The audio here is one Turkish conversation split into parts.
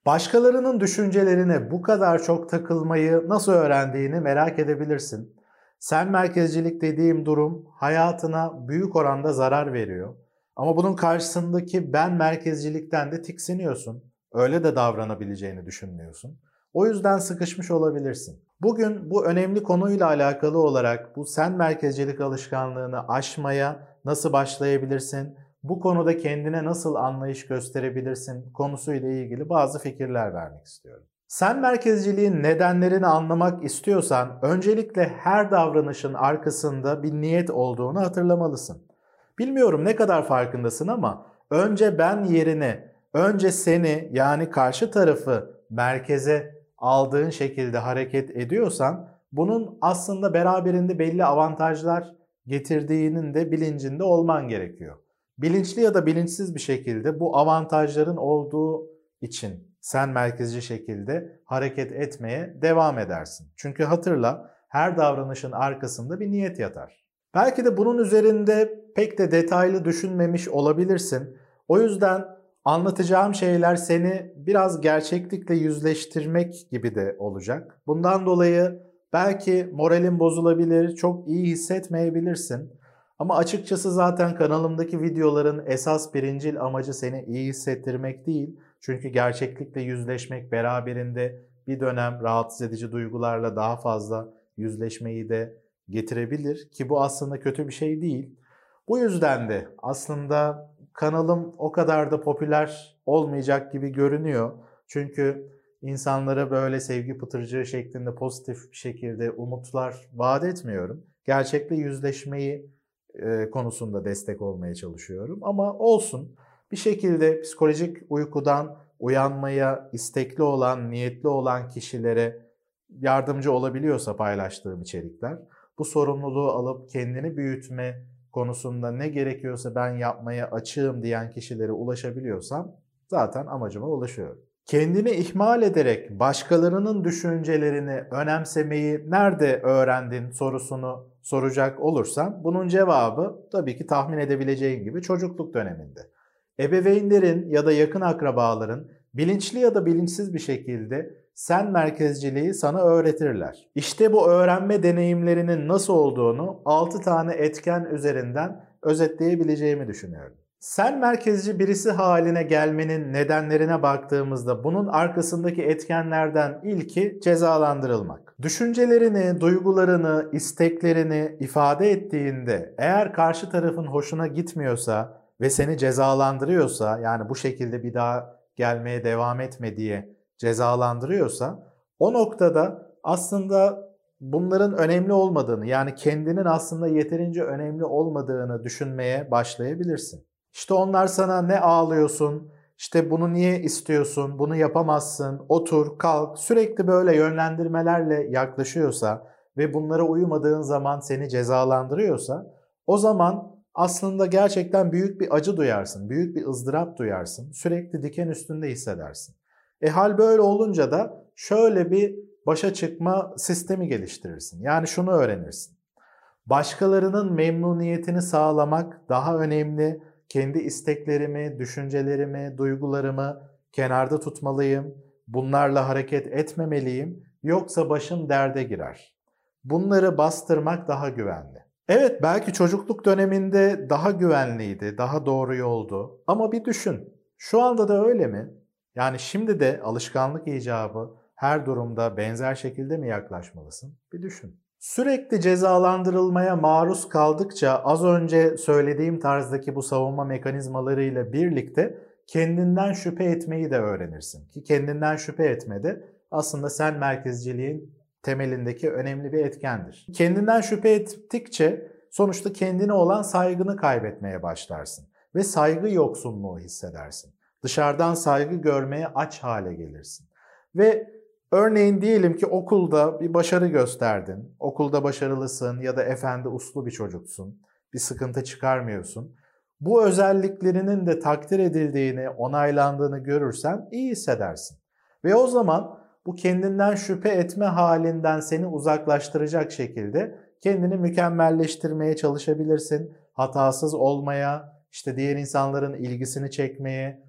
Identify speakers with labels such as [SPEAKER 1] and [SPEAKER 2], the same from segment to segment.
[SPEAKER 1] Başkalarının düşüncelerine bu kadar çok takılmayı nasıl öğrendiğini merak edebilirsin. Sen merkezcilik dediğim durum hayatına büyük oranda zarar veriyor. Ama bunun karşısındaki ben merkezcilikten de tiksiniyorsun. Öyle de davranabileceğini düşünmüyorsun. O yüzden sıkışmış olabilirsin. Bugün bu önemli konuyla alakalı olarak bu sen merkezcilik alışkanlığını aşmaya nasıl başlayabilirsin? Bu konuda kendine nasıl anlayış gösterebilirsin konusuyla ilgili bazı fikirler vermek istiyorum. Sen merkezciliğin nedenlerini anlamak istiyorsan öncelikle her davranışın arkasında bir niyet olduğunu hatırlamalısın. Bilmiyorum ne kadar farkındasın ama önce ben yerine, önce seni yani karşı tarafı merkeze aldığın şekilde hareket ediyorsan bunun aslında beraberinde belli avantajlar getirdiğinin de bilincinde olman gerekiyor. Bilinçli ya da bilinçsiz bir şekilde bu avantajların olduğu için sen merkezci şekilde hareket etmeye devam edersin. Çünkü hatırla, her davranışın arkasında bir niyet yatar. Belki de bunun üzerinde pek de detaylı düşünmemiş olabilirsin. O yüzden anlatacağım şeyler seni biraz gerçeklikle yüzleştirmek gibi de olacak. Bundan dolayı belki moralin bozulabilir, çok iyi hissetmeyebilirsin. Ama açıkçası zaten kanalımdaki videoların esas birincil amacı seni iyi hissettirmek değil. Çünkü gerçeklikle yüzleşmek beraberinde bir dönem rahatsız edici duygularla daha fazla yüzleşmeyi de getirebilir ki bu aslında kötü bir şey değil. Bu yüzden de aslında kanalım o kadar da popüler olmayacak gibi görünüyor. Çünkü insanlara böyle sevgi pıtırcığı şeklinde pozitif bir şekilde umutlar vaat etmiyorum. Gerçekle yüzleşmeyi konusunda destek olmaya çalışıyorum. Ama olsun, bir şekilde psikolojik uykudan uyanmaya istekli olan, niyetli olan kişilere yardımcı olabiliyorsa paylaştığım içerikler, bu sorumluluğu alıp kendini büyütme konusunda ne gerekiyorsa ben yapmaya açığım diyen kişilere ulaşabiliyorsam zaten amacıma ulaşıyorum. Kendini ihmal ederek başkalarının düşüncelerini önemsemeyi nerede öğrendin sorusunu soracak olursam bunun cevabı tabii ki tahmin edebileceğin gibi çocukluk döneminde. Ebeveynlerin ya da yakın akrabaların bilinçli ya da bilinçsiz bir şekilde sen merkezciliği sana öğretirler. İşte bu öğrenme deneyimlerinin nasıl olduğunu 6 tane etken üzerinden özetleyebileceğimi düşünüyorum. Sen merkezci birisi haline gelmenin nedenlerine baktığımızda bunun arkasındaki etkenlerden ilki cezalandırılmak. Düşüncelerini, duygularını, isteklerini ifade ettiğinde eğer karşı tarafın hoşuna gitmiyorsa ve seni cezalandırıyorsa, yani bu şekilde bir daha gelmeye devam etme diye cezalandırıyorsa, o noktada aslında bunların önemli olmadığını, yani kendinin aslında yeterince önemli olmadığını düşünmeye başlayabilirsin. İşte onlar sana ne ağlıyorsun, işte bunu niye istiyorsun, bunu yapamazsın, otur, kalk, sürekli böyle yönlendirmelerle yaklaşıyorsa ve bunlara uymadığın zaman seni cezalandırıyorsa, o zaman aslında gerçekten büyük bir acı duyarsın, büyük bir ızdırap duyarsın, sürekli diken üstünde hissedersin. Hal böyle olunca da şöyle bir başa çıkma sistemi geliştirirsin. Yani şunu öğrenirsin. Başkalarının memnuniyetini sağlamak daha önemli. Kendi isteklerimi, düşüncelerimi, duygularımı kenarda tutmalıyım. Bunlarla hareket etmemeliyim. Yoksa başım derde girer. Bunları bastırmak daha güvenli. Evet, belki çocukluk döneminde daha güvenliydi, daha doğru yoldu. Ama bir düşün. Şu anda da öyle mi? Yani şimdi de alışkanlık icabı her durumda benzer şekilde mi yaklaşmalısın? Bir düşün. Sürekli cezalandırılmaya maruz kaldıkça az önce söylediğim tarzdaki bu savunma mekanizmalarıyla birlikte kendinden şüphe etmeyi de öğrenirsin. Ki kendinden şüphe etme de aslında sen merkezciliğin temelindeki önemli bir etkendir. Kendinden şüphe ettikçe sonuçta kendine olan saygını kaybetmeye başlarsın ve saygı yoksunluğu hissedersin. Dışarıdan saygı görmeye aç hale gelirsin. Ve örneğin diyelim ki okulda bir başarı gösterdin, okulda başarılısın ya da efendi uslu bir çocuksun, bir sıkıntı çıkarmıyorsun. Bu özelliklerinin de takdir edildiğini, onaylandığını görürsen iyi hissedersin. Ve o zaman bu kendinden şüphe etme halinden seni uzaklaştıracak şekilde kendini mükemmelleştirmeye çalışabilirsin. Hatasız olmaya, işte diğer insanların ilgisini çekmeye,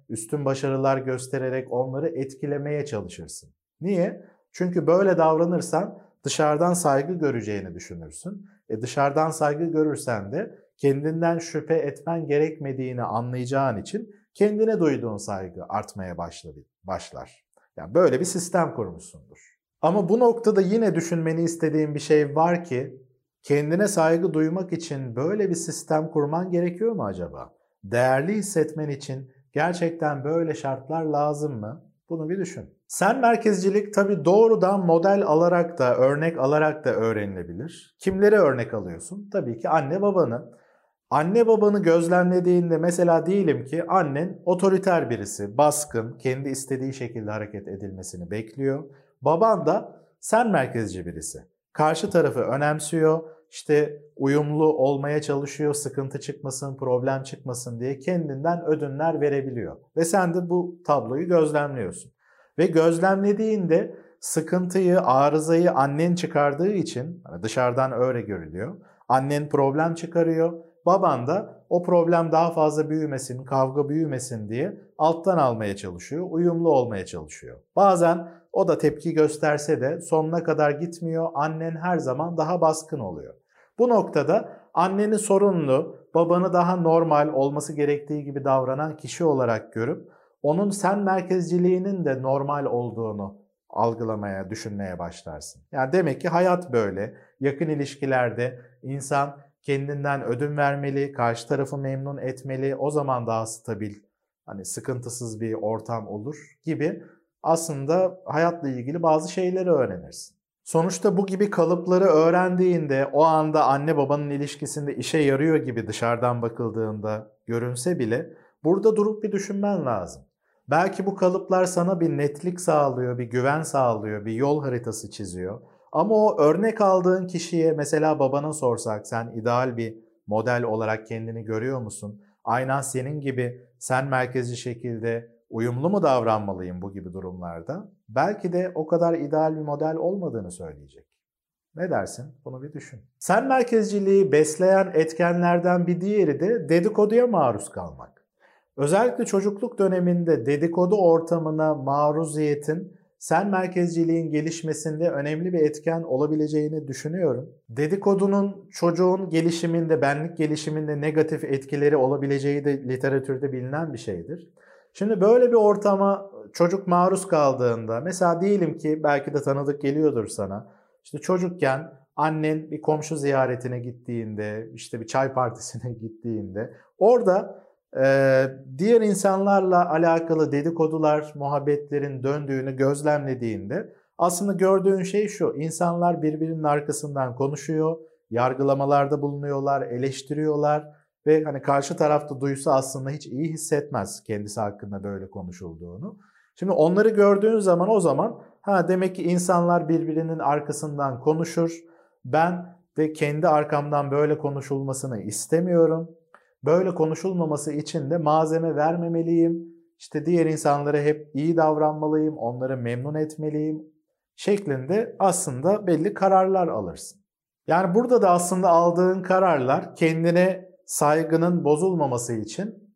[SPEAKER 1] üstün başarılar göstererek onları etkilemeye çalışırsın. Niye? Çünkü böyle davranırsan dışarıdan saygı göreceğini düşünürsün. Dışarıdan saygı görürsen de kendinden şüphe etmen gerekmediğini anlayacağın için kendine duyduğun saygı artmaya başlar. Yani böyle bir sistem kurmuşsundur. Ama bu noktada yine düşünmeni istediğim bir şey var ki kendine saygı duymak için böyle bir sistem kurman gerekiyor mu acaba? Değerli hissetmen için gerçekten böyle şartlar lazım mı? Bunu bir düşün. Sen merkezcilik tabii doğrudan model alarak da, örnek alarak da öğrenilebilir. Kimleri örnek alıyorsun? Tabii ki anne babanı. Anne babanı gözlemlediğinde mesela diyelim ki annen otoriter birisi, baskın, kendi istediği şekilde hareket edilmesini bekliyor. Baban da sen merkezci birisi. Karşı tarafı önemsiyor, işte uyumlu olmaya çalışıyor, sıkıntı çıkmasın, problem çıkmasın diye kendinden ödünler verebiliyor. Ve sen de bu tabloyu gözlemliyorsun. Ve gözlemlediğinde sıkıntıyı, arızayı annen çıkardığı için, hani dışarıdan öyle görülüyor. Annen problem çıkarıyor. Baban da o problem daha fazla büyümesin, kavga büyümesin diye alttan almaya çalışıyor, uyumlu olmaya çalışıyor. Bazen o da tepki gösterse de sonuna kadar gitmiyor, annen her zaman daha baskın oluyor. Bu noktada anneni sorunlu, babanı daha normal olması gerektiği gibi davranan kişi olarak görüp onun sen merkezciliğinin de normal olduğunu algılamaya, düşünmeye başlarsın. Yani demek ki hayat böyle. Yakın ilişkilerde insan kendinden ödün vermeli, karşı tarafı memnun etmeli, o zaman daha stabil, hani sıkıntısız bir ortam olur gibi aslında hayatla ilgili bazı şeyleri öğrenirsin. Sonuçta bu gibi kalıpları öğrendiğinde o anda anne babanın ilişkisinde işe yarıyor gibi dışarıdan bakıldığında görünse bile burada durup bir düşünmen lazım. Belki bu kalıplar sana bir netlik sağlıyor, bir güven sağlıyor, bir yol haritası çiziyor. Ama o örnek aldığın kişiye mesela babana sorsak sen ideal bir model olarak kendini görüyor musun? Aynen senin gibi sen merkezci şekilde uyumlu mu davranmalıyım bu gibi durumlarda? Belki de o kadar ideal bir model olmadığını söyleyecek. Ne dersin? Bunu bir düşün. Sen merkezciliği besleyen etkenlerden bir diğeri de dedikoduya maruz kalmak. Özellikle çocukluk döneminde dedikodu ortamına maruziyetin sen merkezciliğin gelişmesinde önemli bir etken olabileceğini düşünüyorum. Dedikodunun çocuğun gelişiminde, benlik gelişiminde negatif etkileri olabileceği de literatürde bilinen bir şeydir. Şimdi böyle bir ortama çocuk maruz kaldığında, mesela diyelim ki belki de tanıdık geliyordur sana. İşte çocukken annen bir komşu ziyaretine gittiğinde, işte bir çay partisine gittiğinde orada diğer insanlarla alakalı dedikodular, muhabbetlerin döndüğünü gözlemlediğinde aslında gördüğün şey şu: insanlar birbirinin arkasından konuşuyor, yargılamalarda bulunuyorlar, eleştiriyorlar ve hani karşı tarafta duysa aslında hiç iyi hissetmez kendisi hakkında böyle konuşulduğunu. Şimdi onları gördüğün zaman o zaman demek ki insanlar birbirinin arkasından konuşur. Ben de kendi arkamdan böyle konuşulmasını istemiyorum. Böyle konuşulmaması için de malzeme vermemeliyim. İşte diğer insanlara hep iyi davranmalıyım, onları memnun etmeliyim şeklinde aslında belli kararlar alırsın. Yani burada da aslında aldığın kararlar kendine saygının bozulmaması için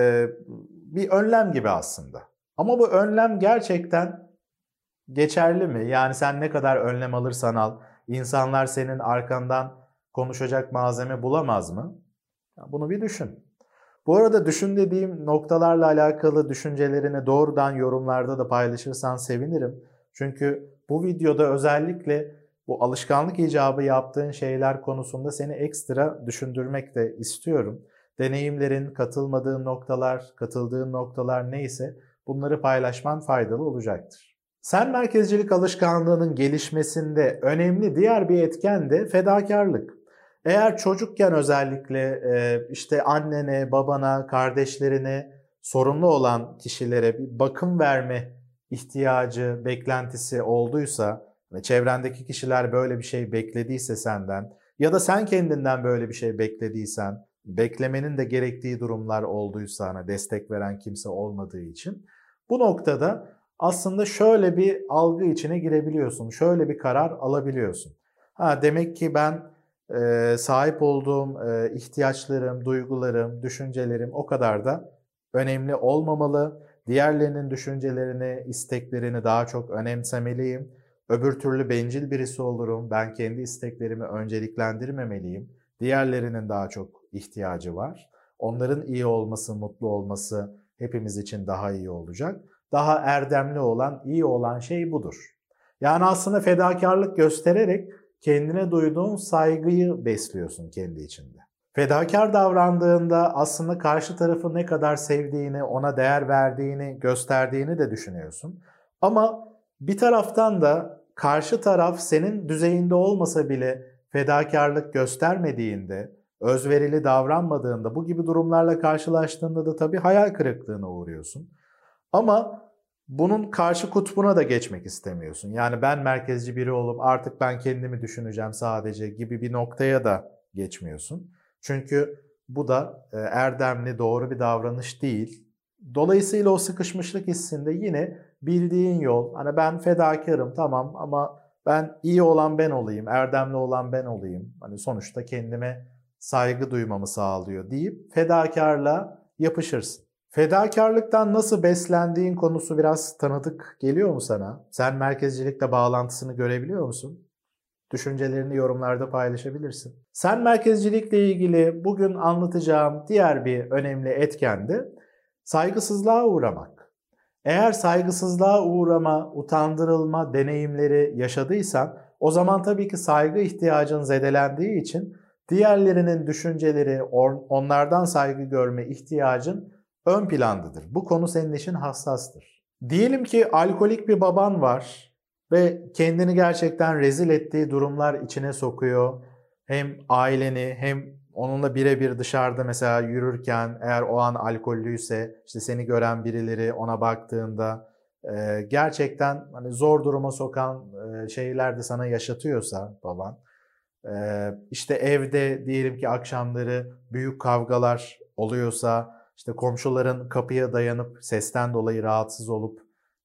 [SPEAKER 1] bir önlem gibi aslında. Ama bu önlem gerçekten geçerli mi? Yani sen ne kadar önlem alırsan al, insanlar senin arkandan konuşacak malzeme bulamaz mı? Bunu bir düşün. Bu arada düşün dediğim noktalarla alakalı düşüncelerini doğrudan yorumlarda da paylaşırsan sevinirim. Çünkü bu videoda özellikle bu alışkanlık icabı yaptığın şeyler konusunda seni ekstra düşündürmek de istiyorum. Deneyimlerin, katılmadığın noktalar, katıldığın noktalar neyse bunları paylaşman faydalı olacaktır. Sen merkezcilik alışkanlığının gelişmesinde önemli diğer bir etken de fedakarlık. Eğer çocukken özellikle işte annene, babana, kardeşlerine, sorumlu olan kişilere bir bakım verme ihtiyacı, beklentisi olduysa ve çevrendeki kişiler böyle bir şey beklediyse senden ya da sen kendinden böyle bir şey beklediysen, beklemenin de gerektiği durumlar olduysa, destek veren kimse olmadığı için bu noktada aslında şöyle bir algı içine girebiliyorsun, şöyle bir karar alabiliyorsun. Demek ki ben sahip olduğum ihtiyaçlarım, duygularım, düşüncelerim o kadar da önemli olmamalı. Diğerlerinin düşüncelerini, isteklerini daha çok önemsemeliyim. Öbür türlü bencil birisi olurum. Ben kendi isteklerimi önceliklendirmemeliyim. Diğerlerinin daha çok ihtiyacı var. Onların iyi olması, mutlu olması hepimiz için daha iyi olacak. Daha erdemli olan, iyi olan şey budur. Yani aslında fedakarlık göstererek kendine duyduğun saygıyı besliyorsun kendi içinde. Fedakar davrandığında aslında karşı tarafı ne kadar sevdiğini, ona değer verdiğini, gösterdiğini de düşünüyorsun. Ama bir taraftan da karşı taraf senin düzeyinde olmasa bile fedakarlık göstermediğinde, özverili davranmadığında, bu gibi durumlarla karşılaştığında da tabii hayal kırıklığına uğruyorsun. Ama bunun karşı kutbuna da geçmek istemiyorsun. Yani ben merkezci biri olup artık ben kendimi düşüneceğim sadece gibi bir noktaya da geçmiyorsun. Çünkü bu da erdemli, doğru bir davranış değil. Dolayısıyla o sıkışmışlık hissinde yine bildiğin yol, hani ben fedakarım tamam ama ben iyi olan ben olayım, erdemli olan ben olayım. Hani sonuçta kendime saygı duymamı sağlıyor deyip fedakarla yapışırsın. Fedakarlıktan nasıl beslendiğin konusu biraz tanıdık geliyor mu sana? Sen merkezcilikle bağlantısını görebiliyor musun? Düşüncelerini yorumlarda paylaşabilirsin. Sen merkezcilikle ilgili bugün anlatacağım diğer bir önemli etken de saygısızlığa uğramak. Eğer saygısızlığa uğrama, utandırılma deneyimleri yaşadıysan o zaman tabii ki saygı ihtiyacın zedelendiği için diğerlerinin düşünceleri, onlardan saygı görme ihtiyacın ön plandadır. Bu konu senin için hassastır. Diyelim ki alkolik bir baban var ve kendini gerçekten rezil ettiği durumlar içine sokuyor. Hem aileni hem onunla birebir dışarıda mesela yürürken eğer o an alkollüyse işte seni gören birileri ona baktığında gerçekten hani zor duruma sokan şeyler de sana yaşatıyorsa baban. İşte evde diyelim ki akşamları büyük kavgalar oluyorsa işte komşuların kapıya dayanıp sesten dolayı rahatsız olup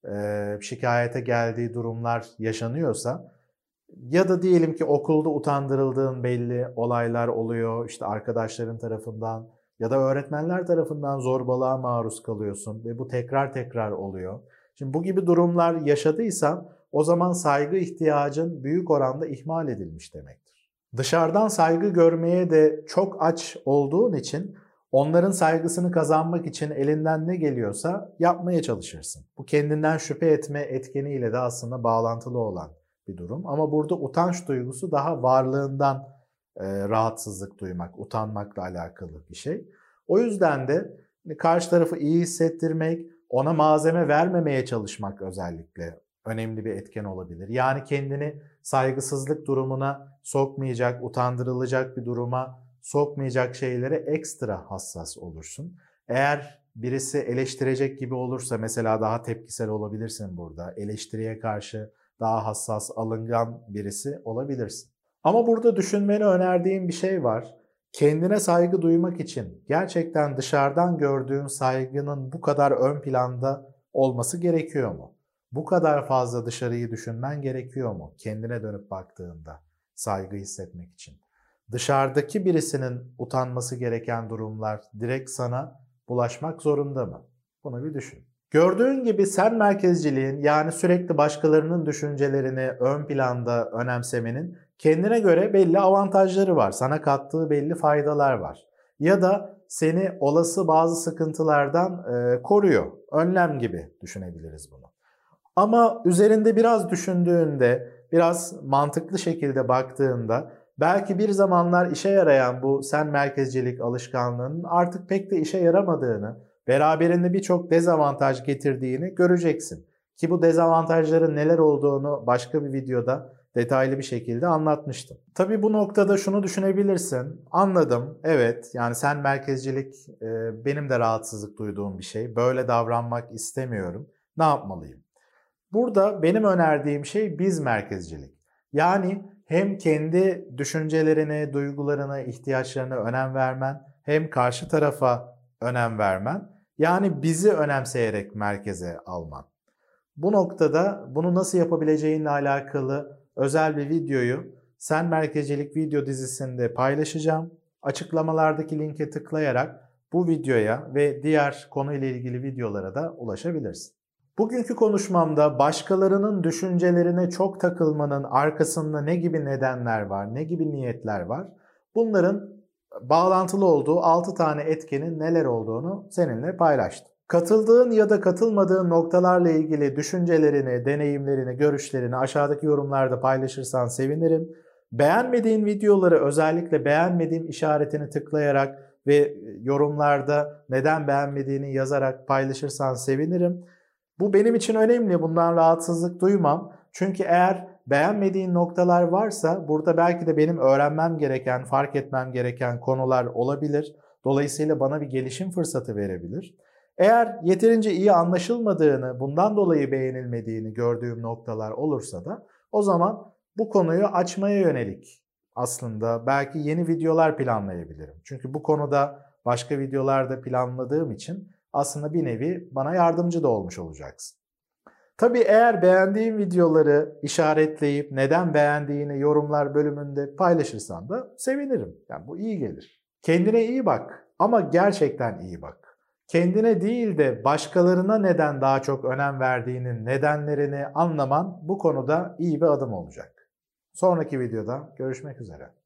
[SPEAKER 1] şikayete geldiği durumlar yaşanıyorsa ya da diyelim ki okulda utandırıldığın belli olaylar oluyor işte arkadaşların tarafından ya da öğretmenler tarafından zorbalığa maruz kalıyorsun ve bu tekrar tekrar oluyor. Şimdi bu gibi durumlar yaşadıysan o zaman saygı ihtiyacın büyük oranda ihmal edilmiş demektir. Dışarıdan saygı görmeye de çok aç olduğun için onların saygısını kazanmak için elinden ne geliyorsa yapmaya çalışırsın. Bu kendinden şüphe etme etkeniyle de aslında bağlantılı olan bir durum. Ama burada utanç duygusu daha varlığından rahatsızlık duymak, utanmakla alakalı bir şey. O yüzden de karşı tarafı iyi hissettirmek, ona malzeme vermemeye çalışmak özellikle önemli bir etken olabilir. Yani kendini saygısızlık durumuna sokmayacak, utandırılacak bir duruma sokmayacak şeylere ekstra hassas olursun. Eğer birisi eleştirecek gibi olursa mesela daha tepkisel olabilirsin burada. Eleştiriye karşı daha hassas, alıngan birisi olabilirsin. Ama burada düşünmeni önerdiğim bir şey var. Kendine saygı duymak için gerçekten dışarıdan gördüğün saygının bu kadar ön planda olması gerekiyor mu? Bu kadar fazla dışarıyı düşünmen gerekiyor mu? Kendine dönüp baktığında saygı hissetmek için. Dışarıdaki birisinin utanması gereken durumlar direkt sana bulaşmak zorunda mı? Bunu bir düşün. Gördüğün gibi sen merkezciliğin yani sürekli başkalarının düşüncelerini ön planda önemsemenin kendine göre belli avantajları var. Sana kattığı belli faydalar var. Ya da seni olası bazı sıkıntılardan koruyor. Önlem gibi düşünebiliriz bunu. Ama üzerinde biraz düşündüğünde, biraz mantıklı şekilde baktığında belki bir zamanlar işe yarayan bu sen merkezcilik alışkanlığının artık pek de işe yaramadığını, beraberinde birçok dezavantaj getirdiğini göreceksin. Ki bu dezavantajların neler olduğunu başka bir videoda detaylı bir şekilde anlatmıştım. Tabii bu noktada şunu düşünebilirsin. Anladım, evet yani sen merkezcilik benim de rahatsızlık duyduğum bir şey. Böyle davranmak istemiyorum. Ne yapmalıyım? Burada benim önerdiğim şey biz merkezcilik. Yani hem kendi düşüncelerine, duygularına, ihtiyaçlarına önem vermen, hem karşı tarafa önem vermen. Yani bizi önemseyerek merkeze alman. Bu noktada bunu nasıl yapabileceğinle alakalı özel bir videoyu Sen Merkezcilik video dizisinde paylaşacağım. Açıklamalardaki linke tıklayarak bu videoya ve diğer konuyla ilgili videolara da ulaşabilirsin. Bugünkü konuşmamda başkalarının düşüncelerine çok takılmanın arkasında ne gibi nedenler var, ne gibi niyetler var? Bunların bağlantılı olduğu 6 tane etkenin neler olduğunu seninle paylaştım. Katıldığın ya da katılmadığın noktalarla ilgili düşüncelerini, deneyimlerini, görüşlerini aşağıdaki yorumlarda paylaşırsan sevinirim. Beğenmediğin videoları özellikle beğenmediğim işaretini tıklayarak ve yorumlarda neden beğenmediğini yazarak paylaşırsan sevinirim. Bu benim için önemli. Bundan rahatsızlık duymam. Çünkü eğer beğenmediğin noktalar varsa burada belki de benim öğrenmem gereken, fark etmem gereken konular olabilir. Dolayısıyla bana bir gelişim fırsatı verebilir. Eğer yeterince iyi anlaşılmadığını, bundan dolayı beğenilmediğini gördüğüm noktalar olursa da o zaman bu konuyu açmaya yönelik aslında belki yeni videolar planlayabilirim. Çünkü bu konuda başka videolarda planladığım için aslında bir nevi bana yardımcı da olmuş olacaksın. Tabii eğer beğendiğin videoları işaretleyip neden beğendiğini yorumlar bölümünde paylaşırsan da sevinirim. Yani bu iyi gelir. Kendine iyi bak ama gerçekten iyi bak. Kendine değil de başkalarına neden daha çok önem verdiğinin nedenlerini anlaman bu konuda iyi bir adım olacak. Sonraki videoda görüşmek üzere.